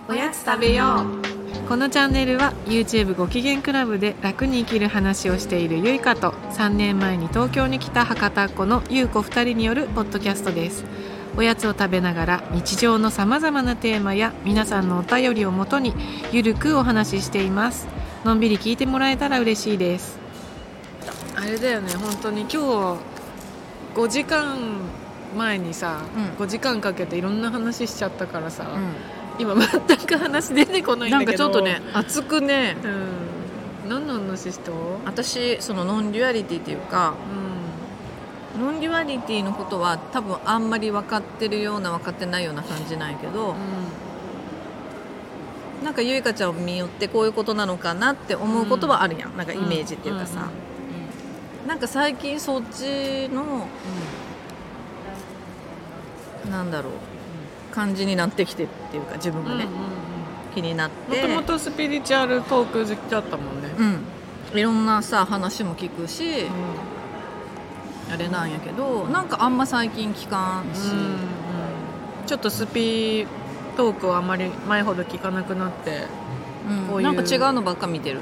おやつ食べよう。このチャンネルは YouTube ご機嫌クラブで楽に生きる話をしているゆいかと3年前に東京に来た博多っ子のゆうこ2人によるポッドキャストです。おやつを食べながら日常のさまざまなテーマや皆さんのお便りをもとにゆるくお話ししています。のんびり聞いてもらえたら嬉しいです。あれだよね、本当に今日5時間前にさ、5時間かけていろんな話しちゃったからさ、今全く話出てこないんだけど、 なんかちょっとね熱くね、 何の話した？ 私そのノンデュアリティっていうか、ノンデュアリティのことは多分あんまり分かってるような分かってないような感じなんやけど、なんかゆいかちゃんを見よってこういうことなのかなって思うことはあるやん、なんかイメージっていうかさ、なんか最近そっちの、なんだろう感じになってきてっていうか自分がね、気になって、 もともとスピリチュアルトーク好きだったもんね。 いろんなさ話も聞くし、あれなんやけど、なんかあんま最近聞かんし、 ちょっとスピトークをあまり前ほど聞かなくなって、こういうなんか違うのばっか見てる、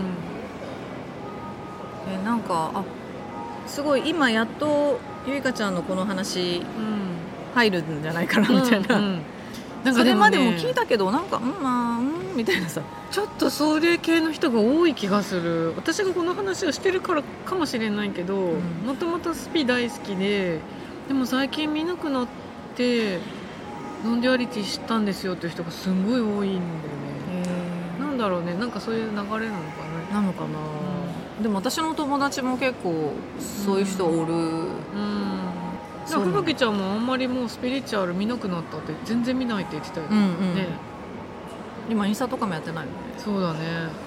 なんかすごい今やっとゆいかちゃんのこの話、入るんじゃないかなみたいな、なんかそれまでも聞いたけどなんかみたいなさ、 ちょっとそれ系の人が多い気がする。私がこの話をしてるからかもしれないけど、もともとスピ大好きでも最近見なくなってノンデュアリティ知ったんですよっていう人がすごい多いんだよね。なんだろうね、なんかそういう流れなのかな。 なのかな、でも私の友達も結構そういう人おる。 ふぶきちゃんもあんまりもうスピリチュアル見なくなったって、全然見ないって言ってたよね。 今インスタとかもやってないよね。 そうだね。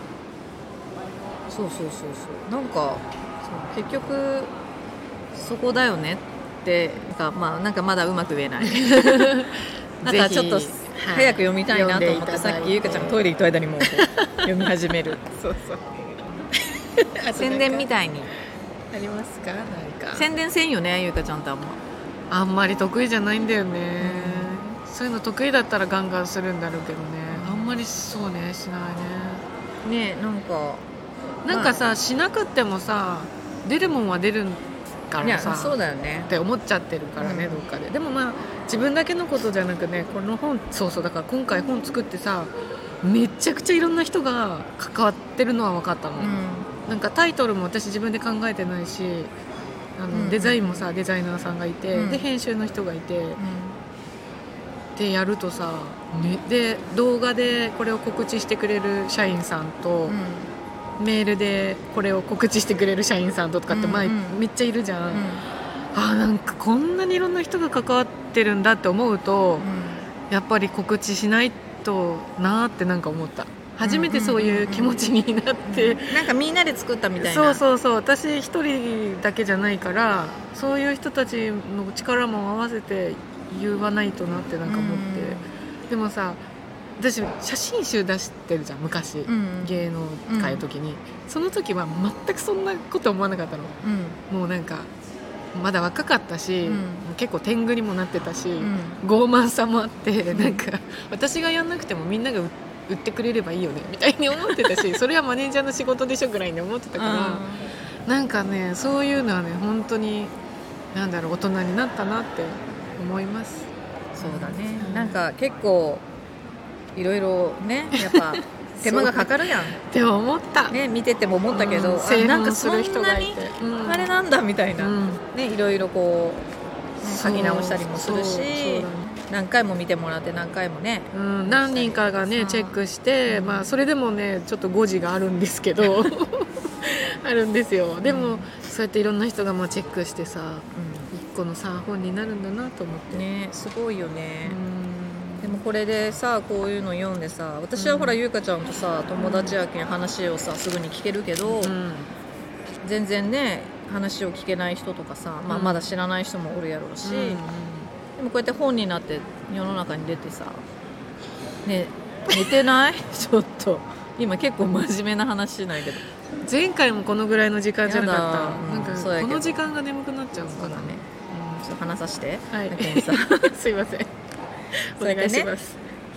そうなんか結局そこだよねってなんかまだうまく言えないなんかちょっと早く読みたいなと思って、さっきゆうかちゃんがトイレ行った間にもう読み始めるそう宣伝みたいにありますか？何か宣伝せんよね、ゆうかちゃんってあんまり得意じゃないんだよね、そういうの得意だったらガンガンするんだろうけどね、あんまりそうね、しないね。なんかさ、しなくってもさ出るもんは出るからさ、 そうだよねって思っちゃってるからね、どっかで。でも自分だけのことじゃなくね、この本だから今回本作ってさ、めちゃくちゃいろんな人が関わってるのは分かったの、なんかタイトルも私自分で考えてないし、デザインもさデザイナーさんがいて、で編集の人がいて、でやるとさ、で動画でこれを告知してくれる社員さんと、メールでこれを告知してくれる社員さんとかってめっちゃいるじゃん、なんかこんなにいろんな人が関わってるんだって思うと、やっぱり告知しないとなーってなんか思った。初めてそういう気持ちになって、 なんかみんなで作ったみたいな。 そう私一人だけじゃないから、そういう人たちの力も合わせて言わないとなってなんか思って、でもさ、私写真集出してるじゃん昔、芸能界の時に、その時は全くそんなこと思わなかったの、もうなんかまだ若かったし、結構天狗にもなってたし、傲慢さもあって、なんか私がやんなくてもみんなが売ってくれればいいよねみたいに思ってたしそれはマネージャーの仕事でしょぐらいに思ってたから、なんかね、そういうのはね、本当に大人になったなって思います。 そうだね、なんか結構いろいろね、やっぱ手間がかかるやんって思った、 ね、見てても思ったけど、なんかそんなにあれなんだみたいな、いろいろこう書き直したりもするし、何回も見てもらって何回もね、 何人かがねチェックして、それでもねちょっと誤字があるんですけどあるんですよ。でも、そうやっていろんな人がチェックしてさ、一個のさ本になるんだなと思ってね、すごいよね。でもこれでさ、こういうの読んでさ、私はほらゆうかちゃんとさ友達やけん話をさすぐに聞けるけど、全然ね話を聞けない人とかさ、まだ知らない人もおるやろうし、でもこうやって本になって世の中に出てさ、ね、寝てないちょっと今結構真面目な話しないけど、 前回もこのぐらいの時間じゃなかった、なんかそうやけどこの時間が眠くなっちゃうのかな。 そうだね、ちょっと話させて、 はいだけどさすいませんお願いします。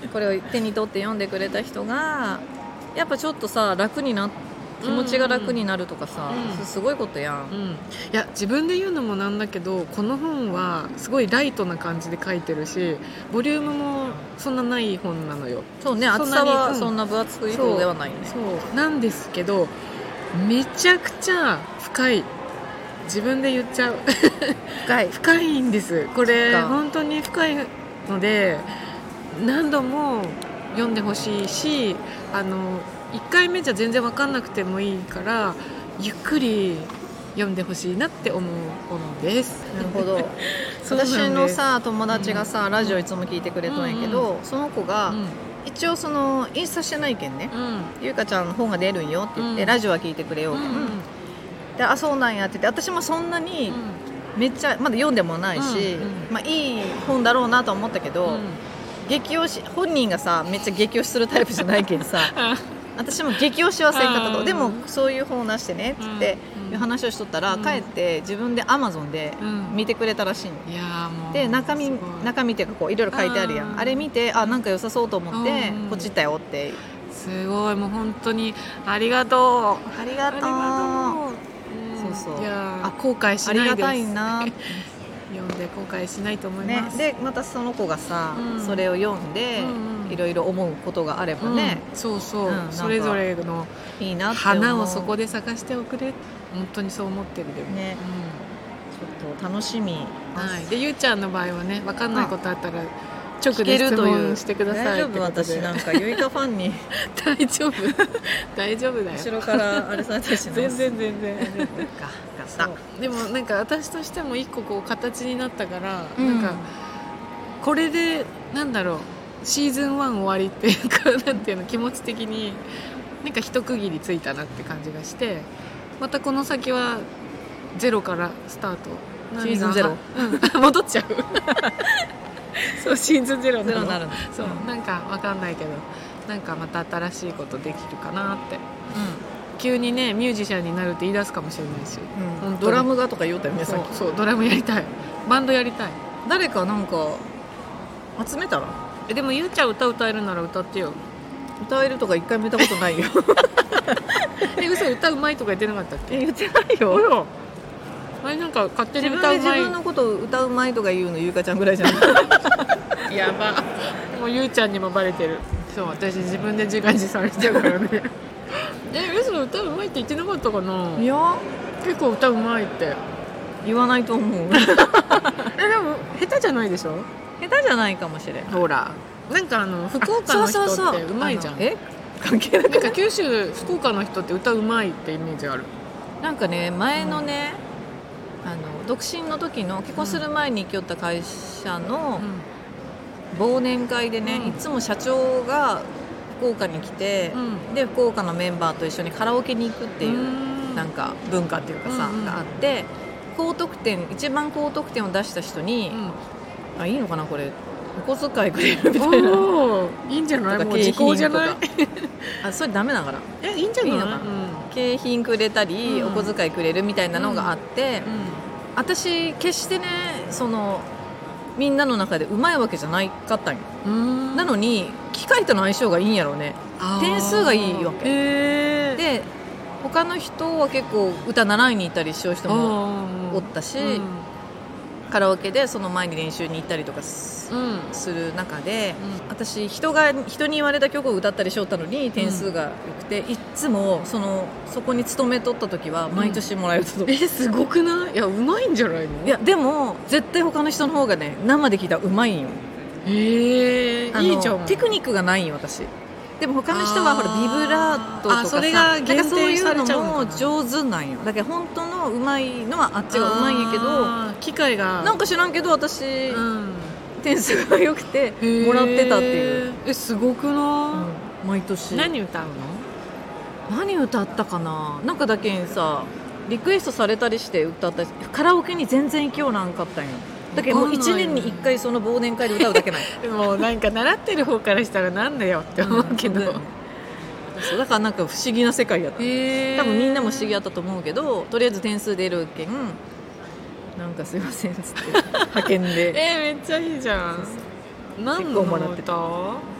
これを手に取って読んでくれた人がやっぱちょっとさ楽にな気持ちが楽になるとかさ、すごいことやん、 いや自分で言うのもなんだけどこの本はすごいライトな感じで書いてるしボリュームもそんなない本なのよ。 そうね、厚さはそんな分厚い方ではないね。 そうなんですけどめちゃくちゃ深い。自分で言っちゃう深いんですこれ。本当に深いので何度も読んでほしいし1回目じゃ全然分かんなくてもいいからゆっくり読んでほしいなって思う本です。 なるほど私のさ友達がさ、ラジオいつも聞いてくれとんやけど、その子が、一応そのインスタしてないけんね、ゆうかちゃんの本が出るんよって言って、ラジオは聞いてくれようけん、であそうなんやって言って私もそんなにめっちゃまだ読んでもないし、いい本だろうなと思ったけど、激推し本人がさめっちゃ激推しするタイプじゃないけんさ私も激推しはせんかったと。でもそういう本を出してねっつっていう話をしとったら、帰って自分で Amazon で見てくれたらしいの、 いやもうで中身っていうかこういろいろ書いてあるやん、あれ見てなんか良さそうと思ってこっち行ったよって。 すごいもう本当にありがとう。 ありがとう。そういや後悔しないです。 ありがたいな読んで後悔しないと思います、 でまたその子がさ、それを読んで、いろいろ思うことがあればね、 そうそう、それぞれのいいなって花をそこで咲かしておくれ。本当にそう思ってるでもね、ちょっと楽しみ、 でゆうちゃんの場合はね分かんないことあったら直で質問してください。 大丈夫私なんかゆいかファンに大丈夫大丈夫だよ。 後ろからあれされてしまう。 全然そうでもなんか私としても一個こう形になったから、なんかこれでなんだろうシーズン1終わりっていうかなんていうの気持ち的になんか一区切りついたなって感じがして、またこの先はゼロからスタート。 シーズンゼロ、 戻っちゃうそうシーズンゼロになるの。 そうなんか分かんないけどなんかまた新しいことできるかなって、急にねミュージシャンになるって言い出すかもしれないし、 ドラムがとか言うたよねさっき。 そうドラムやりたい、バンドやりたい。 誰かなんか集めたら。 でもゆうちゃん歌えるなら歌ってよ。 歌えるとか一回も見たことないよ嘘歌うまいとか言ってなかったっけ。 言ってないよ。 あれなんか勝手に歌うまい、自分のことを歌うまいとか言うのゆうかちゃんぐらいじゃんやばもうゆうちゃんにもバレてる。そう私自分で自画自賛しちゃうからね嘘歌うまいって言ってなかったかな。 いや結構歌うまいって言わないと思うでも下手じゃないでしょ。 下手じゃないかもしれん。 ほらなんか福岡の人ってうまいじゃん。 関係ない。 なんか九州福岡の人って歌うまいってイメージある。 なんかね前のね、独身の時の結婚する前に行きよった会社の忘年会でね、いつも社長が福岡に来て、で福岡のメンバーと一緒にカラオケに行くっていうなんか文化っていうかさ、があって、一番高得点を出した人に、いいのかなこれお小遣いくれるみたいな。 いいんじゃない。もう時効じゃないそれダメだからいいんじゃない。 いいのかな、景品くれたり、お小遣いくれるみたいなのがあって、私決してねそのみんなの中でうまいわけじゃないかったんよ。なのに機械との相性がいいんやろうね。点数がいいわけで、他の人は結構歌習いに行ったりしよう人もおったし、カラオケでその前に練習に行ったりとかする中で、私人に言われた曲を歌ったりしよったのに点数が良くて、いつもそこに勤めとった時は毎年もらえると、 すごくない。いやうまいんじゃないの。 いやでも絶対他の人の方がね生で聞いたらうまいんよ。いいじゃん。テクニックがないんよ私。でも他の人はほらビブラートとかさ、 それが限定されちゃうのも上手なんよ。だけど本当のうまいのはあっちがうまいんやけど、 機械がなんか知らんけど私、点数が良くてもらってたっていう。 すごくない、 毎年。 何歌うの。 何歌ったかな。なんかだけにさリクエストされたりして歌ったり、カラオケに全然行きようなんかったんよ。だけどもう1年に1回その忘年会で歌うだけないでもなんか習ってる方からしたらなんだよって思うけど、 そうだからなんか不思議な世界やった。多分みんなも不思議やったと思うけど、とりあえず点数出るけんなんかすいませんっつって派遣でめっちゃいいじゃん。何の歌。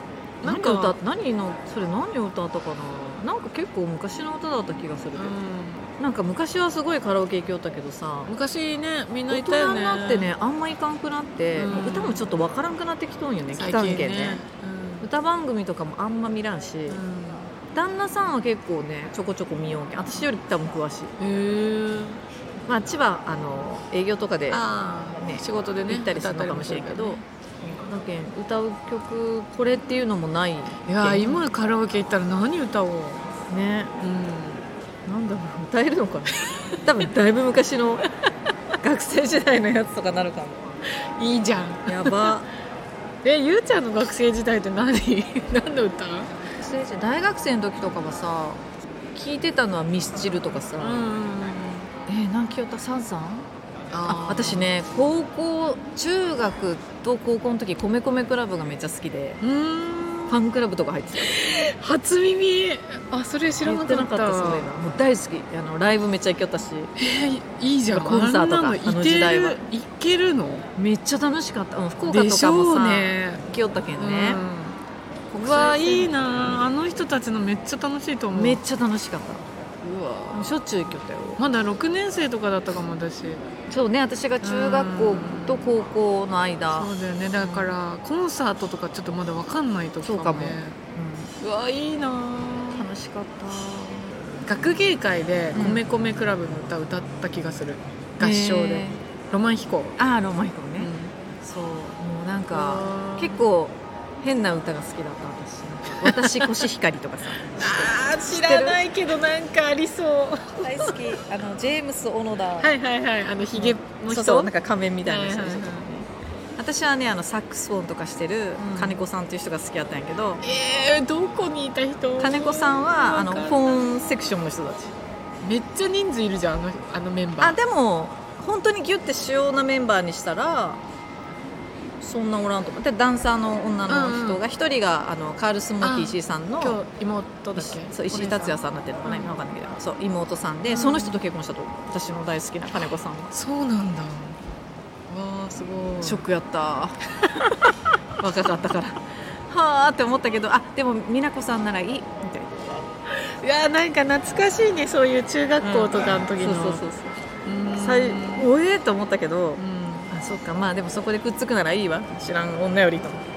なんか何を歌ったかな。なんか結構昔の歌だった気がするけど、なんか昔はすごいカラオケ行きよったけどさ、 昔ねみんな大いたよね。 人になってねあんま行かんくなって、もう歌もちょっとわからんくなってきとんよね、期間限ね、歌番組とかもあんま見らんし、旦那さんは結構ねちょこちょこ見ようけん、私より多分詳しい。まあ千葉営業とかで、ね、 仕事でね行ったりするのかもしれんけど、だけん歌う曲これっていうのもない。 いや今カラオケ行ったら何歌おうね、なんだろう、歌えるのかな多分だいぶ昔の学生時代のやつとかなるかも。 いいじゃん、 やばゆうちゃんの学生時代って何の歌？ 大学生の時とかはさ聞いてたのはミスチルとかさ、何聴いた？サンさん？私ね中学と高校の時米米クラブがめっちゃ好きで、ファンクラブとか入ってた。 初耳。それ知らなかった。 そういうのもう大好き。ライブめっちゃ行きよったし、 いいじゃん。 コンサートとか時代は行けるの？ めっちゃ楽しかった。福岡とかもさ、行きよったけんね。 うわいいな、あの人たちのめっちゃ楽しいと思う。 めっちゃ楽しかった。 うわしょっちゅう行きよったよ。 まだ6年生とかだったかも私。 そうね、私が中学校と高校の間。 そうだよね、だからコンサートとかちょっとまだ分かんないとかもね。 そうかも、 うわいいな、 楽しかった。 学芸会で米米クラブの歌歌った気がする、合唱でロマン飛行。 ロマン飛行ね、そう、もうなんか結構変な歌が好きだった私コシヒカリとかさ知らないけどなんかありそう。 大好き。ジェームス小野田、 はいヒゲの人、 そうなんか仮面みたいな人、私はねサックスフォンとかしてる金子さんっていう人が好きだったんやけど、 どこにいた人？金子さんはフォンセクションの人たち。 めっちゃ人数いるじゃん、あのメンバー。 でも本当にギュッて主要なメンバーにしたらそんなおらんと思って、ダンサーの女の人が一人がカールスモーキー石井さんの今日妹だっけ？ そう、石井達也さんになってるのかな、分かんないけど、そう妹さんで、その人と結婚したと。私の大好きな金子さんは。 そうなんだ。わあすごいショックやった若かったからはあって思ったけど、でも美奈子さんならいいみたいな。 いやなんか懐かしいね、そういう中学校とかの時の。 おえと思ったけど、そうか、まあでもそこでくっつくならいいわ、知らん女よりと思って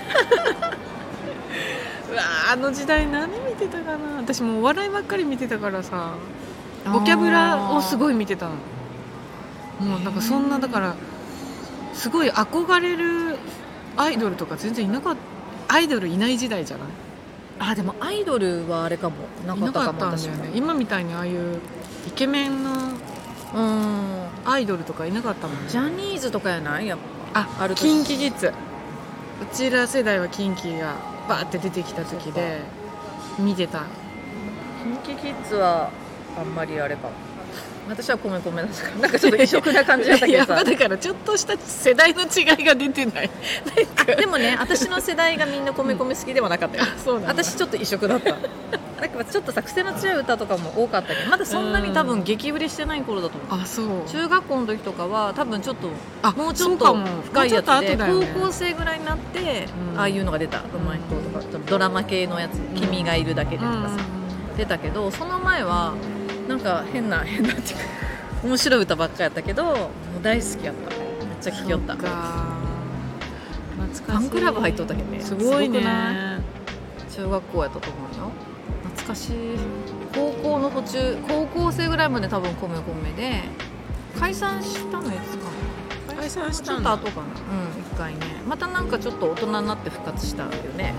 うわあの時代何見てたかな。私もうお笑いばっかり見てたからさ、ボキャブラをすごい見てたの。もうなんかそんな、だからすごい憧れるアイドルとか全然いなかった。アイドルいない時代じゃない？ でもアイドルはあれかもなかったかも。 いなかったんだよね。今みたいにああいうイケメンのアイドルとかいなかったもんね。 ジャニーズとかやない？やっぱキンキキッズ。うちら世代はキンキがバーって出てきた時で見てた。 キンキキッズはあんまりあれかも。私は米米だったからなんかちょっと異色な感じだったけどさだからちょっとした世代の違いが出てないでもね、私の世代がみんな米米好きではなかったよ。 そうなんだ。 私ちょっと異色だっただからちょっとさ癖の強い歌とかも多かったけど、まだそんなに多分激売れしてない頃だと思う。 そう。 中学校の時とかは多分ちょっともうちょっと深いやつで、高校生ぐらいになって、ああいうのが出た。ロマン飛行とかドラマ系のやつ、君がいるだけでとかさ、出たけど、その前はなんか変なっていうか面白い歌ばっかやったけど、もう大好きやった。めっちゃ聴きよった。 懐かしい。 ファンクラブ入っとったけどね。 すごいね。 中学校やったと思うよ。懐かしい。高校の途中、高校生ぐらいまで多分米米で解散したのやつかな。 解散したちょっと後かな。一回ね。またなんかちょっと大人になって復活したよね。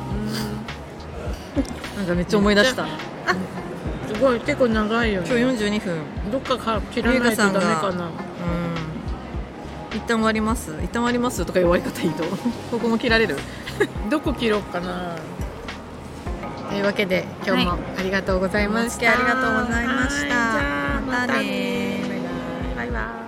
なんかめっちゃ思い出した。 すごい結構長いよね。 今日42分。 どっか切らないとダメかな。 一旦終わりますとかいう終わり方いいとここも切られるどこ切ろうかな。というわけで今日もありがとうございました。 ありがとうございました。 またね。バイバイ。